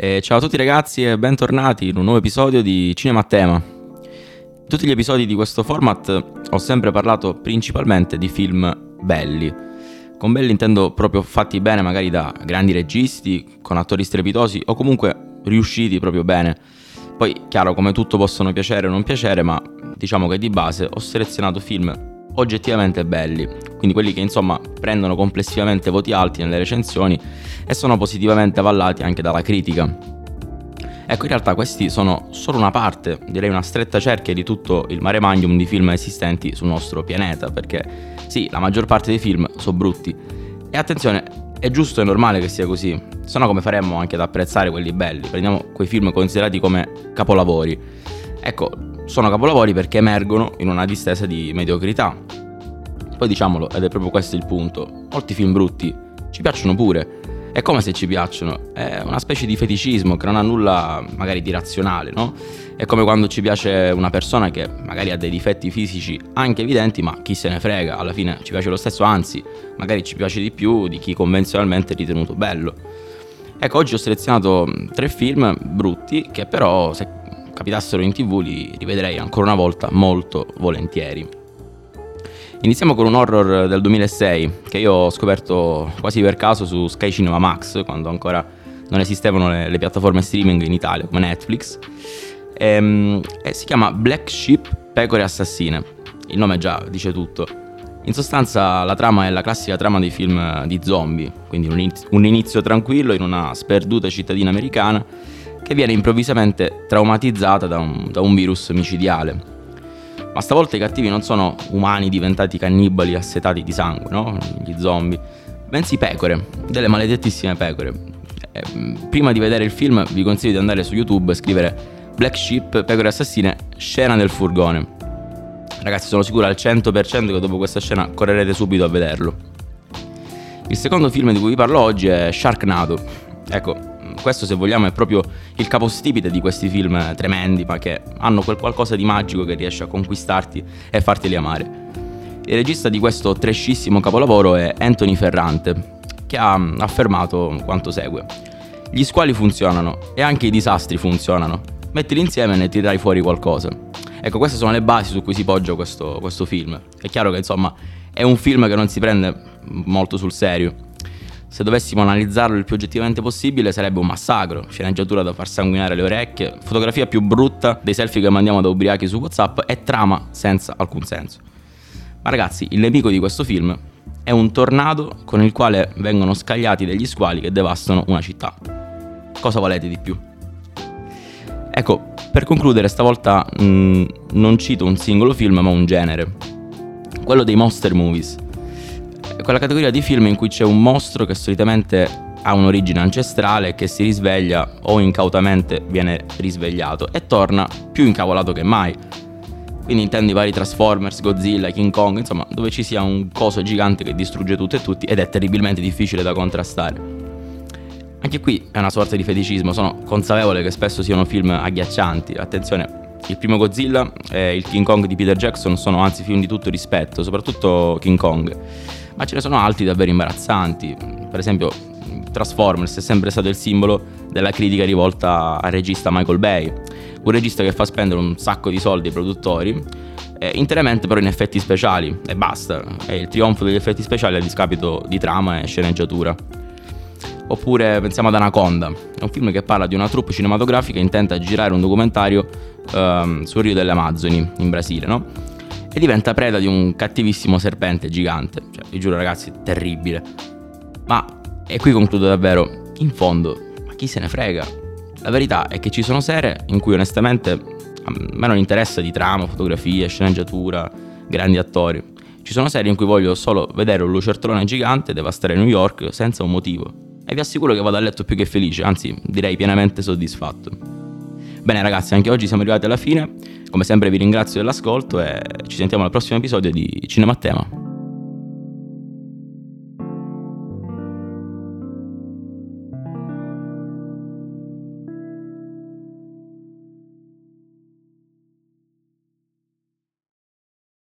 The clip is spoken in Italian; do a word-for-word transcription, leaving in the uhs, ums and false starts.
E ciao a tutti ragazzi e bentornati in un nuovo episodio di Cinema a Tema. In tutti gli episodi di questo format ho sempre parlato principalmente di film belli. Con belli intendo proprio fatti bene magari da grandi registi, con attori strepitosi o comunque riusciti proprio bene. Poi chiaro, come tutto possono piacere o non piacere, ma diciamo che di base ho selezionato film oggettivamente belli, quindi quelli che insomma prendono complessivamente voti alti nelle recensioni e sono positivamente avallati anche dalla critica. Ecco, in realtà questi sono solo una parte, direi una stretta cerchia di tutto il mare magnum di film esistenti sul nostro pianeta, perché sì, la maggior parte dei film sono brutti e attenzione, è giusto e normale che sia così, se no come faremmo anche ad apprezzare quelli belli? Prendiamo quei film considerati come capolavori. Ecco, sono capolavori perché emergono in una distesa di mediocrità. Poi diciamolo, ed è proprio questo il punto, molti film brutti ci piacciono pure. È come se ci piacciono, è una specie di feticismo che non ha nulla magari di razionale, no? È come quando ci piace una persona che magari ha dei difetti fisici anche evidenti, ma chi se ne frega, alla fine ci piace lo stesso, anzi, magari ci piace di più di chi convenzionalmente è ritenuto bello. Ecco, oggi ho selezionato tre film brutti che però, se capitassero in tv, li rivedrei ancora una volta molto volentieri. Iniziamo con un horror del duemilasei che io ho scoperto quasi per caso su Sky Cinema Max, quando ancora non esistevano le, le piattaforme streaming in Italia come Netflix, e, e si chiama Black Sheep, Pecore assassine. Il nome già dice tutto. In sostanza la trama è la classica trama dei film di zombie, quindi un inizio, un inizio tranquillo in una sperduta cittadina americana che viene improvvisamente traumatizzata da un, da un virus micidiale. Ma stavolta i cattivi non sono umani diventati cannibali assetati di sangue, no? Gli zombie, bensì pecore, delle maledettissime pecore. Eh, prima di vedere il film vi consiglio di andare su YouTube e scrivere Black Sheep, Pecore assassine, scena del furgone. Ragazzi, sono sicuro al cento per cento che dopo questa scena correrete subito a vederlo. Il secondo film di cui vi parlo oggi è Sharknado. Ecco, questo, se vogliamo, è proprio il capostipite di questi film tremendi, ma che hanno quel qualcosa di magico che riesce a conquistarti e farteli amare. Il regista di questo trashissimo capolavoro è Anthony Ferrante, che ha affermato quanto segue: gli squali funzionano e anche i disastri funzionano, mettili insieme e ne tirerai fuori qualcosa. Ecco, queste sono le basi su cui si poggia questo, questo film. È chiaro che insomma è un film che non si prende molto sul serio. Se dovessimo analizzarlo il più oggettivamente possibile sarebbe un massacro, sceneggiatura da far sanguinare le orecchie, fotografia più brutta dei selfie che mandiamo da ubriachi su WhatsApp e trama senza alcun senso. Ma ragazzi, il nemico di questo film è un tornado con il quale vengono scagliati degli squali che devastano una città. Cosa volete di più? Ecco, per concludere stavolta mh, non cito un singolo film ma un genere, quello dei monster movies. Quella categoria di film in cui c'è un mostro che solitamente ha un'origine ancestrale, che si risveglia o incautamente viene risvegliato e torna più incavolato che mai. Quindi intendo i vari Transformers, Godzilla, King Kong, insomma, dove ci sia un coso gigante che distrugge tutto e tutti ed è terribilmente difficile da contrastare. Anche qui è una sorta di feticismo, sono consapevole che spesso siano film agghiaccianti. Attenzione, il primo Godzilla e il King Kong di Peter Jackson sono anzi film di tutto rispetto, soprattutto King Kong. Ma ce ne sono altri davvero imbarazzanti. Per esempio Transformers è sempre stato il simbolo della critica rivolta al regista Michael Bay, un regista che fa spendere un sacco di soldi ai produttori, eh, interamente però in effetti speciali, e basta. È il trionfo degli effetti speciali a discapito di trama e sceneggiatura. Oppure pensiamo ad Anaconda, è un film che parla di una troupe cinematografica intenta a girare un documentario ehm, sul Rio delle Amazzoni in Brasile, no? E diventa preda di un cattivissimo serpente gigante. Cioè, vi giuro ragazzi, terribile. Ma, e qui concludo davvero, in fondo, ma chi se ne frega? La verità è che ci sono serie in cui onestamente a me non interessa di trama, fotografia, sceneggiatura, grandi attori. Ci sono serie in cui voglio solo vedere un lucertolone gigante devastare New York senza un motivo. E vi assicuro che vado a letto più che felice, anzi direi pienamente soddisfatto. Bene ragazzi, anche oggi siamo arrivati alla fine. Come sempre vi ringrazio dell'ascolto e ci sentiamo al prossimo episodio di Cinema a Tema.